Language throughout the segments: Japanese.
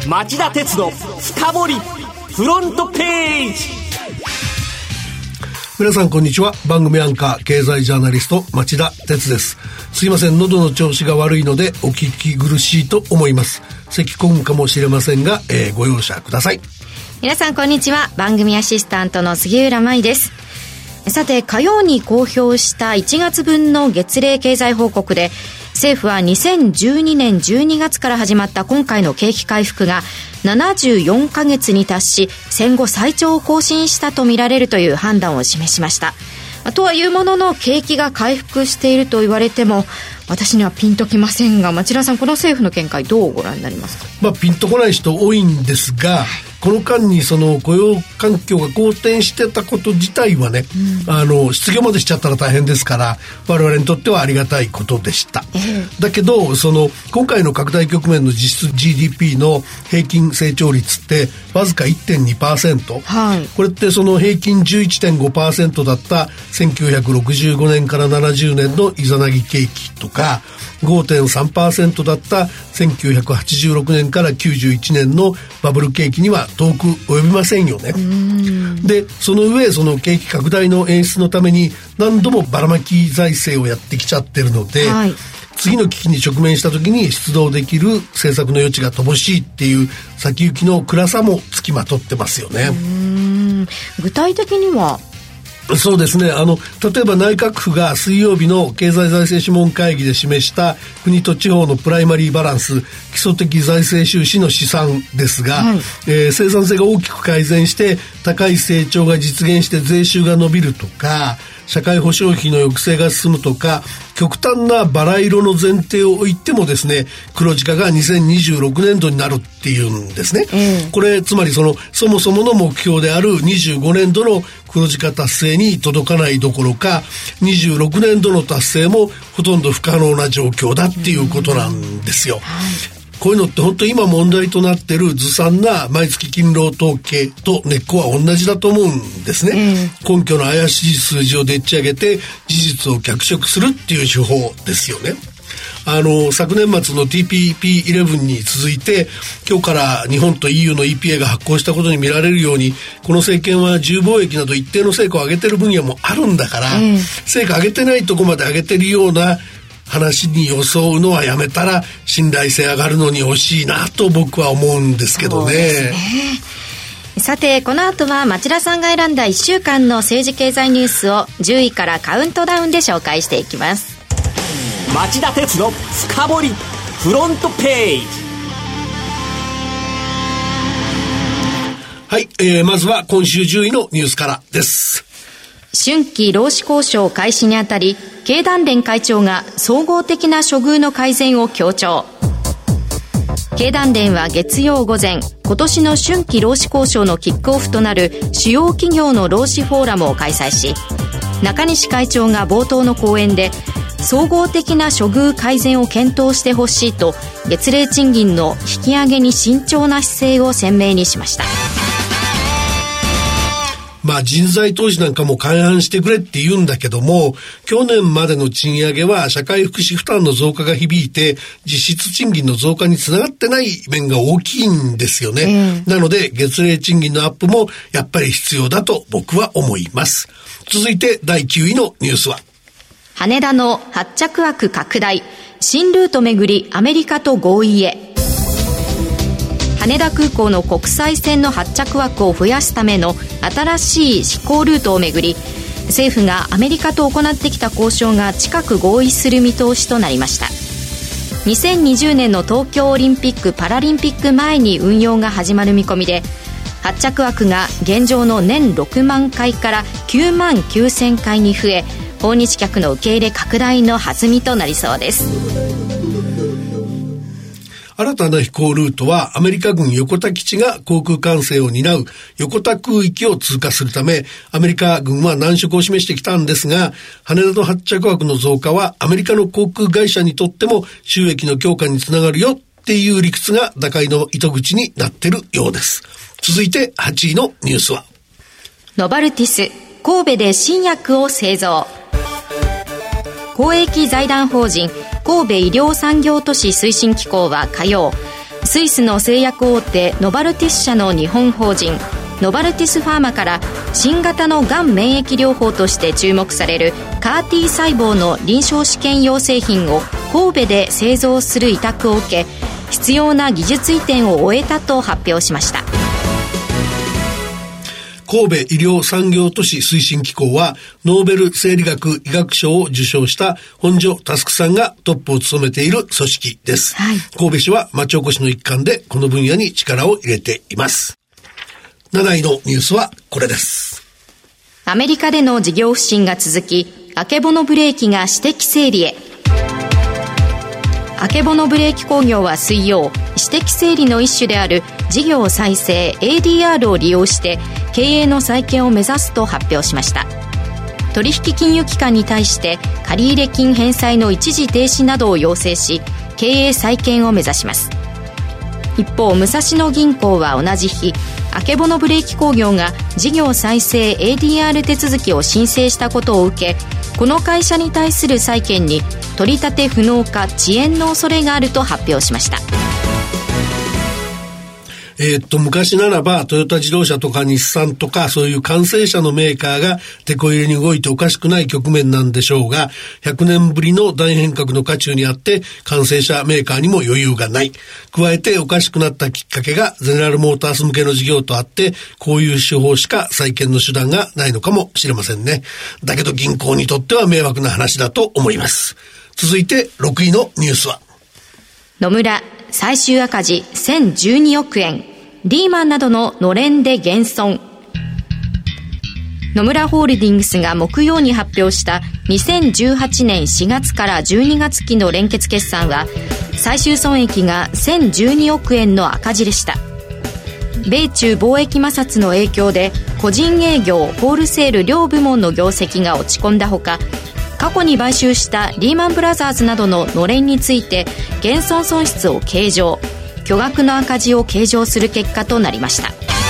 町田鉄の深掘りフロントページ。 皆さんこんにちは。番組アンカー経済ジャーナリスト町田鉄です。すいません、喉の調子が悪いのでお聞き苦しいと思います。咳込むかもしれませんが、ご容赦ください。 皆さんこんにちは。番組アシスタントの杉浦舞です。さて、火曜に公表した1月分の月例経済報告で、政府は2012年12月から始まった今回の景気回復が74ヶ月に達し、戦後最長を更新したとみられるという判断を示しました。とはいうものの、景気が回復していると言われても私にはピンときませんが、町田さん、この政府の見解どうご覧になりますか？ ピンとこない人多いんですが、この間にその雇用環境が好転してたこと自体はね、失業までしちゃったら大変ですから我々にとってはありがたいことでした。だけど今回の拡大局面の実質 GDP の平均成長率ってわずか 1.2%、 はい、 これってその平均 11.5% だった1965年から70年のイザナギ景気とか 5.3% だった1986年から91年のバブル景気には遠く及びませんよね。で、その上その景気拡大の演出のために何度もばらまき財政をやってきちゃってるので、はい、次の危機に直面した時に出動できる政策の余地が乏しいっていう先行きの暗さもつきまとってますよね。 具体的には？ そうですね、例えば内閣府が水曜日の経済財政諮問会議で示した国と地方のプライマリーバランス基礎的財政収支の試算ですが、はい、生産性が大きく改善して高い成長が実現して税収が伸びるとか、社会保障費の抑制が進むとか、極端なバラ色の前提を置いてもですね、黒字化が2026年度になるっていうんですね。これつまりそもそもの目標である25年度の黒字化達成に届かないどころか、26年度の達成もほとんど不可能な状況だっていうことなんですよ。こういうのって本当今問題となっているずさんな毎月勤労統計と根っこは同じだと思うんですね。根拠の怪しい数字をでっち上げて事実を脚色するっていう手法ですよね。昨年末の TPP11 に続いて今日から日本と EU の EPA が発行したことに見られるように、この政権は自由貿易など一定の成果を上げてる分野もあるんだから、成果上げてないとこまで上げてるような話に装うのはやめたら信頼性上がるのに惜しいなと僕は思うんですけどね。 さて、この後は町田さんが選んだ1週間の政治経済ニュースを10位からカウントダウンで紹介していきます。 町田鉄の深掘りフロントページ。 はい、まずは今週10位のニュースからです。 春季労使交渉開始にあたり、経団連会長が総合的な処遇の改善を強調。経団連は月曜午前、今年の春季労使交渉のキックオフとなる主要企業の労使フォーラムを開催し、中西会長が冒頭の講演で、総合的な処遇改善を検討してほしいと、月例賃金の引き上げに慎重な姿勢を鮮明にしました。 人材投資なんかも勘案してくれって言うんだけども、去年までの賃上げは社会福祉負担の増加が響いて実質賃金の増加につながってない面が大きいんですよね。なので月例賃金のアップもやっぱり必要だと僕は思います。続いて第9位のニュースは、 羽田の発着枠拡大、新ルートめぐりアメリカと合意へ。羽田空港の国際線の発着枠を増やすための新しい飛行ルートをめぐり、政府がアメリカと行ってきた交渉が近く合意する見通しとなりました。2020年の東京オリンピック・パラリンピック前に運用が始まる見込みで、発着枠が現状の年6万回から9万9000回に増え、訪日客の受け入れ拡大の弾みとなりそうです。 新たな飛行ルートはアメリカ軍横田基地が航空管制を担う横田空域を通過するため、アメリカ軍は難色を示してきたんですが、羽田の発着枠の増加はアメリカの航空会社にとっても収益の強化につながるよっていう理屈が打開の糸口になってるようです。続いて8位のニュースは、 ノバルティス神戸で新薬を製造。公益財団法人神戸医療産業都市推進機構は火曜、 スイスの製薬大手ノバルティス社の日本法人ノバルティスファーマから新型のがん免疫療法として注目されるカー T 細胞の臨床試験用製品を神戸で製造する委託を受け、必要な技術移転を終えたと発表しました。 神戸医療産業都市推進機構はノーベル生理学医学賞を受賞した本庶佑さんがトップを務めている組織です、神戸市は町おこしの一環でこの分野に力を入れています。7位のニュースはこれです。 アメリカでの事業不振が続き、あけぼのブレーキが私的整理へ。あけぼのブレーキ工業は水曜、私的整理の一種である事業再生 ADR を利用して経営の再建を目指すと発表しました。取引金融機関に対して借入金返済の一時停止などを要請し、経営再建を目指します。一方、武蔵野銀行は同じ日、あけぼのブレーキ工業が事業再生 ADR 手続きを申請したことを受け、この会社に対する債権に取り立て不能か遅延の恐れがあると発表しました。 昔ならばトヨタ自動車とか日産とかそういう完成車のメーカーが手こ入れに動いておかしくない局面なんでしょうが、100年ぶりの大変革の渦中にあって完成車メーカーにも余裕がない。加えておかしくなったきっかけがゼネラルモータース向けの事業とあって、こういう手法しか再建の手段がないのかもしれませんね。だけど銀行にとっては迷惑な話だと思います。続いて6位のニュースは、 野村最終赤字1012億円、リーマンなどののれんで減損。野村ホールディングスが木曜に発表した2018年4月から12月期の連結決算は、最終損益が1012億円の赤字でした。米中貿易摩擦の影響で個人営業、ホールセール両部門の業績が落ち込んだほか、過去に買収したリーマンブラザーズなどののれんについて減損損失を計上、巨額の赤字を計上する結果となりました。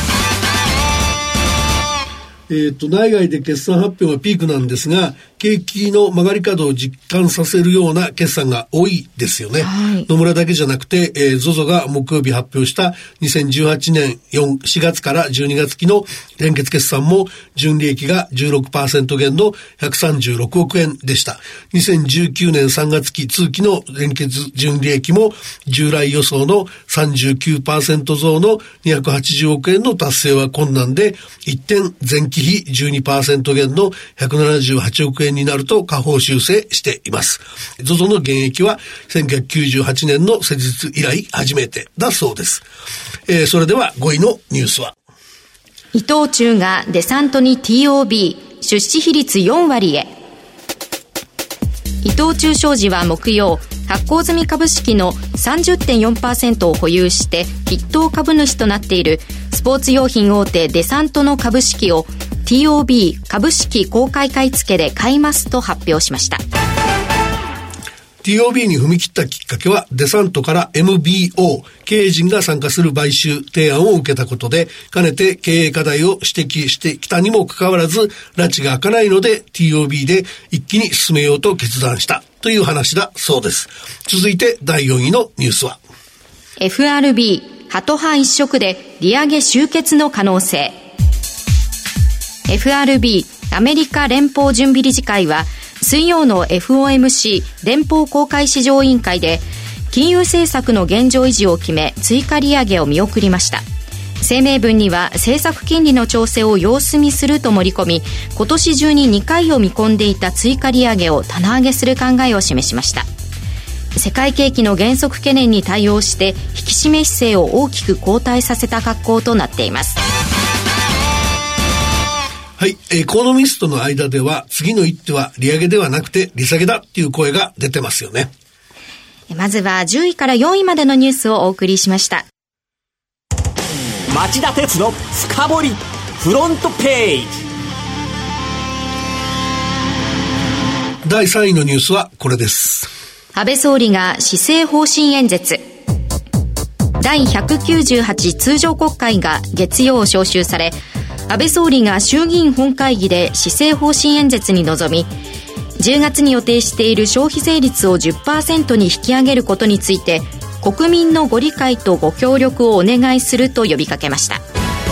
内外で決算発表がピークなんですが、景気の曲がり角を実感させるような決算が多いですよね。野村だけじゃなくて、ZOZO が木曜日発表した2018年4月から12月期の連結決算も純利益が 16% 減の136億円でした。2019年3月期通期の連結純利益も従来予想の 39% 増の280億円の達成は困難で、一転前期比 12% 減の178億円になると下方修正しています。ZOZO の減益は1998年の設立以来初めてだそうです。それでは5位のニュースは、 伊藤忠がデサントに TOB 出資比率4割へ。伊藤忠商事は木曜、発行済み株式の 30.4% を保有して筆頭株主となっているスポーツ用品大手デサントの株式を TOB 株式公開買い付けで買いますと発表しました。 TOB に踏み切ったきっかけは、デサントから MBO 経営陣が参加する買収提案を受けたことで、かねて経営課題を指摘してきたにもかかわらず埒が明かないので TOB で一気に進めようと決断したという話だそうです。続いて第4位のニュースは、 FRB ハト派一色で利上げ終結の可能性。 FRB アメリカ連邦準備理事会は水曜の FOMC 連邦公開市場委員会で金融政策の現状維持を決め追加利上げを見送りました。声明文には政策金利の調整を様子見すると盛り込み、今年中に2回を見込んでいた追加利上げを棚上げする考えを示しました。世界景気の減速懸念に対応して引き締め姿勢を大きく後退させた格好となっています。 はい、エコノミストの間では次の一手は利上げではなくて利下げだっていう声が出てますよね。 まずは10位から4位までのニュースをお送りしました。 町田鉄の深掘りフロントページ。 第3位のニュースはこれです。 安倍総理が施政方針演説。第198通常国会が月曜召集され、安倍総理が衆議院本会議で施政方針演説に臨み、10月に予定している消費税率を 10% に引き上げることについて国民のご理解とご協力をお願いすると呼びかけました。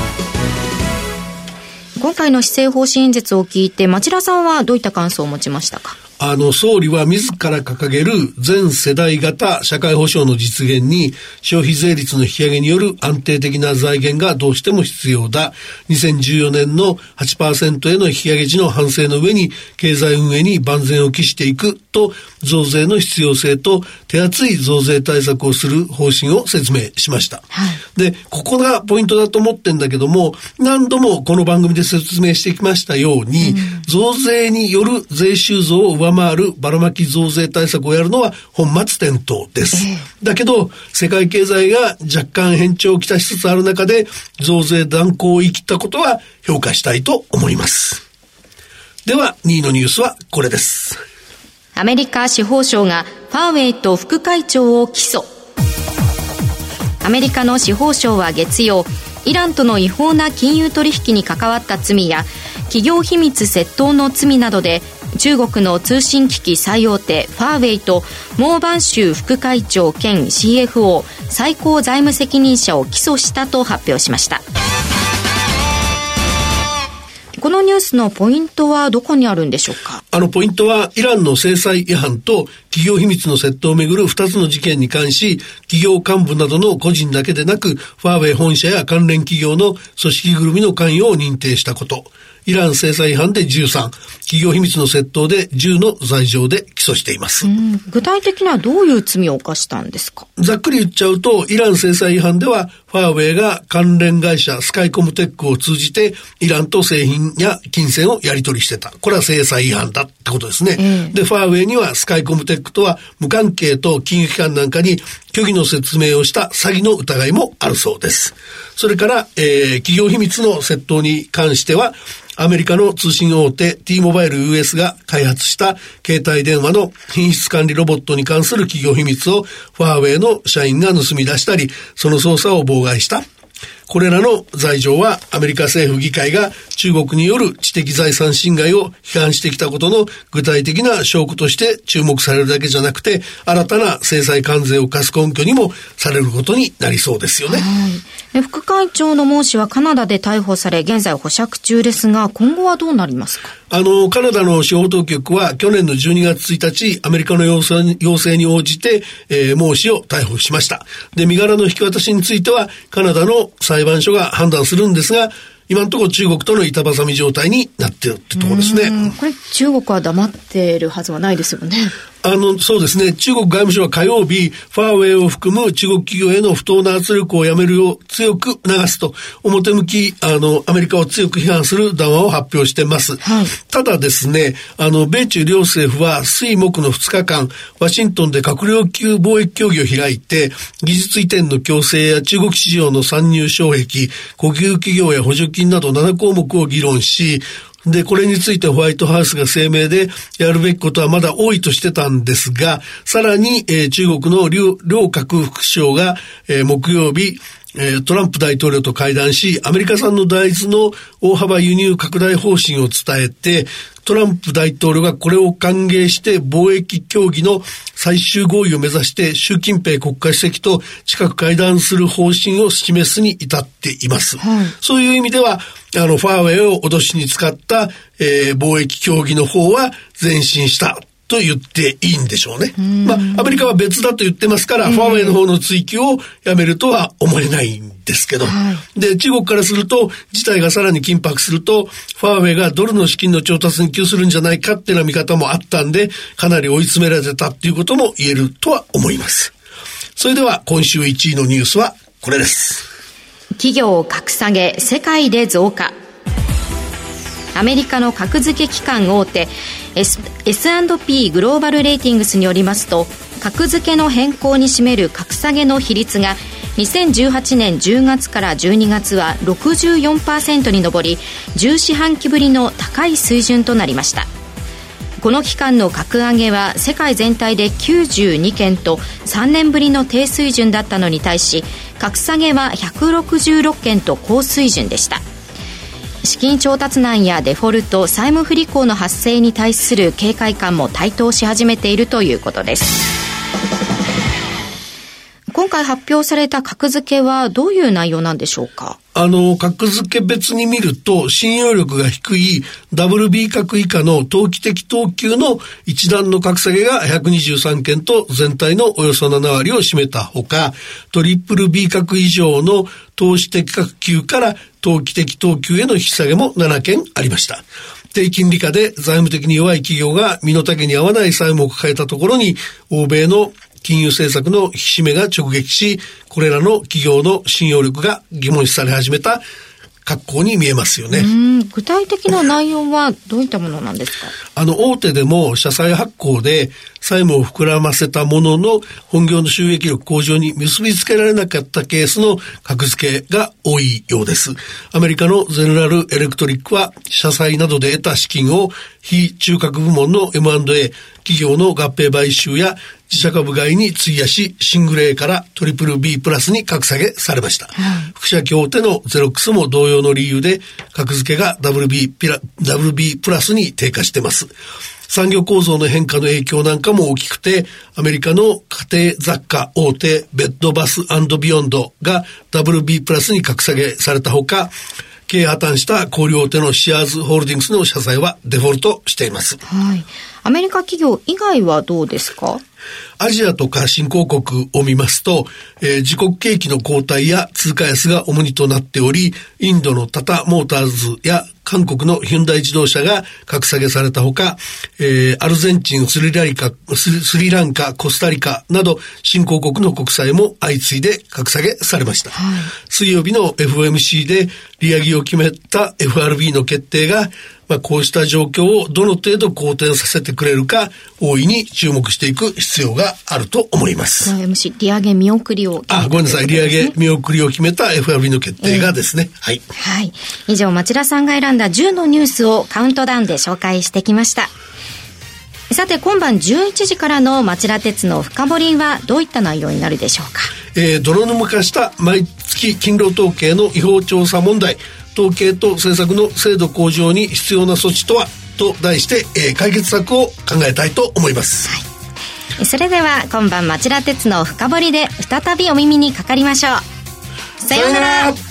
今回の施政方針演説を聞いて町田さんはどういった感想を持ちましたか？ 総理は自ら掲げる全世代型社会保障の実現に消費税率の引き上げによる安定的な財源がどうしても必要だ。2014年の 8% への引き上げ時の反省の上に経済運営に万全を期していくと増税の必要性と手厚い増税対策をする方針を説明しました。はい、で、ここがポイントだと思ってんだけども、何度もこの番組で説明してきましたように、増税による税収増を上回るばらまき増税対策をやるのは本末転倒です。だけど世界経済が若干変調をきたしつつある中で増税断行を言い切ったことは評価したいと思います。では2位のニュースはこれです。 アメリカ司法省がファーウェイと副会長を起訴。アメリカの司法省は月曜、イランとの違法な金融取引に関わった罪や企業秘密窃盗の罪などで中国の通信機器最大手ファーウェイと孟晩舟副会長兼 CFO 最高財務責任者を起訴したと発表しました。このニュースのポイントはどこにあるんでしょうか？ ポイントはイランの制裁違反と企業秘密の窃盗をめぐる2つの事件に関し、企業幹部などの個人だけでなくファーウェイ本社や関連企業の組織ぐるみの関与を認定したこと。イラン制裁違反で13、企業秘密の窃盗で10の罪状で起訴しています。 具体的にはどういう罪を犯したんですか？ ざっくり言っちゃうと、イラン制裁違反ではファーウェイが関連会社スカイコムテックを通じてイランと製品や金銭をやり取りしてた。これは制裁違反だってことですね。で、ファーウェイにはスカイコムテックとは無関係と金融機関なんかに虚偽の説明をした詐欺の疑いもあるそうです。それから、企業秘密の窃盗に関してはアメリカの通信大手 T モバイル US が開発した携帯電話の品質管理ロボットに関する企業秘密をファーウェイの社員が盗み出したり、その操作を妨害した。これらの罪状はアメリカ政府議会が中国による知的財産侵害を批判してきたことの具体的な証拠として注目されるだけじゃなくて、新たな制裁関税を課す根拠にもされることになりそうですよね。 副会長の孟氏はカナダで逮捕され現在保釈中ですが、今後はどうなりますか？ カナダの司法当局は去年の12月1日アメリカの要請に応じて、孟氏を逮捕しました。で、身柄の引き渡しについてはカナダの裁判所が判断するんですが、今のところ中国との板挟み状態になっているってところですね。 これ中国は黙っているはずはないですよね。 そうですね。中国外務省は火曜日、ファーウェイを含む中国企業への不当な圧力をやめるよう強く促すと、表向き、アメリカを強く批判する談話を発表しています。はい、ただですね、米中両政府は水木の2日間、ワシントンで閣僚級貿易協議を開いて、技術移転の強制や中国市場の参入障壁、国有企業や補助金など7項目を議論し、で、これについてホワイトハウスが声明でやるべきことはまだ多いとしてたんですが、さらに、中国の両閣副首相が、木曜日、トランプ大統領と会談し、アメリカ産の大豆の大幅輸入拡大方針を伝えて、トランプ大統領がこれを歓迎して貿易協議の最終合意を目指して習近平国家主席と近く会談する方針を示すに至っています。そういう意味では、ファーウェイを脅しに使った、貿易協議の方は前進したと言っていいんでしょうね。アメリカは別だと言ってますから、ファーウェイの方の追及をやめるとは思えないんですけど、で、中国からすると事態がさらに緊迫するとファーウェイがドルの資金の調達に窮するんじゃないかっていうような見方もあったんで、かなり追い詰められたっていうことも言えるとは思います。それでは今週1位のニュースはこれです。 企業格下げ世界で増加。アメリカの格付け機関大手 S&P グローバルレーティングスによりますと、格付けの変更に占める格下げの比率が2018年10月から12月は 64% に上り、10四半期ぶりの高い水準となりました。この期間の格上げは世界全体で92件と3年ぶりの低水準だったのに対し、格下げは166件と高水準でした。資金調達難やデフォルト、債務不履行の発生に対する警戒感も台頭し始めているということです。 今回発表された格付けはどういう内容なんでしょうか？ 格付け別に見ると、信用力が低い WB 格以下の投機的等級の一段の格下げが123件と全体のおよそ7割を占めたほか、トリプル B 格以上の投資的格級から投機的等級への引き下げも7件ありました。低金利下で財務的に弱い企業が身の丈に合わない債務を抱えたところに、欧米の金融政策の引き締めが直撃し、これらの企業の信用力が疑問視され始めた格好に見えますよね。 具体的な内容はどういったものなんですか？ 大手でも社債発行で債務を膨らませたものの本業の収益力向上に結びつけられなかったケースの格付けが多いようです。アメリカのゼネラルエレクトリックは社債などで得た資金を非中核部門の M&A 企業の合併買収や自社株買いに費やし、シングル A からトリプル B プラスに格下げされました。副社協大手のゼロックスも同様の理由で格付けが WB プラスに低下しています。産業構造の変化の影響なんかも大きくて、アメリカの家庭雑貨大手ベッドバス&ビヨンドが WB プラスに格下げされたほか、経営破綻した小売大手のシアーズホールディングスの社債はデフォルトしています。 アメリカ企業以外はどうですか？ アジアとか新興国を見ますと、自国景気の後退や通貨安が主にとなっており、インドのタタモーターズや韓国のヒュンダイ自動車が格下げされたほか、アルゼンチン、スリランカ、コスタリカなど新興国の国債も相次いで格下げされました。水曜日の FOMC で利上げを決めた FRB の決定が、こうした状況をどの程度好転させてくれるか大いに注目していく必要があると思います。 FOMC 利上げ見送りを、 ごめんなさい、利上げ見送りを決めた FRB の決定がですね、はい。 以上、町田さんが選んだ10のニュースをカウントダウンで紹介してきました。さて、今晩11時からの町田鉄の深掘りはどういった内容になるでしょうか？ 泥沼化した毎月勤労統計の違法調査問題、統計と政策の精度向上に必要な措置とはと題して、解決策を考えたいと思います。 それでは今晩町田鉄の深掘りで再びお耳にかかりましょう。さようなら。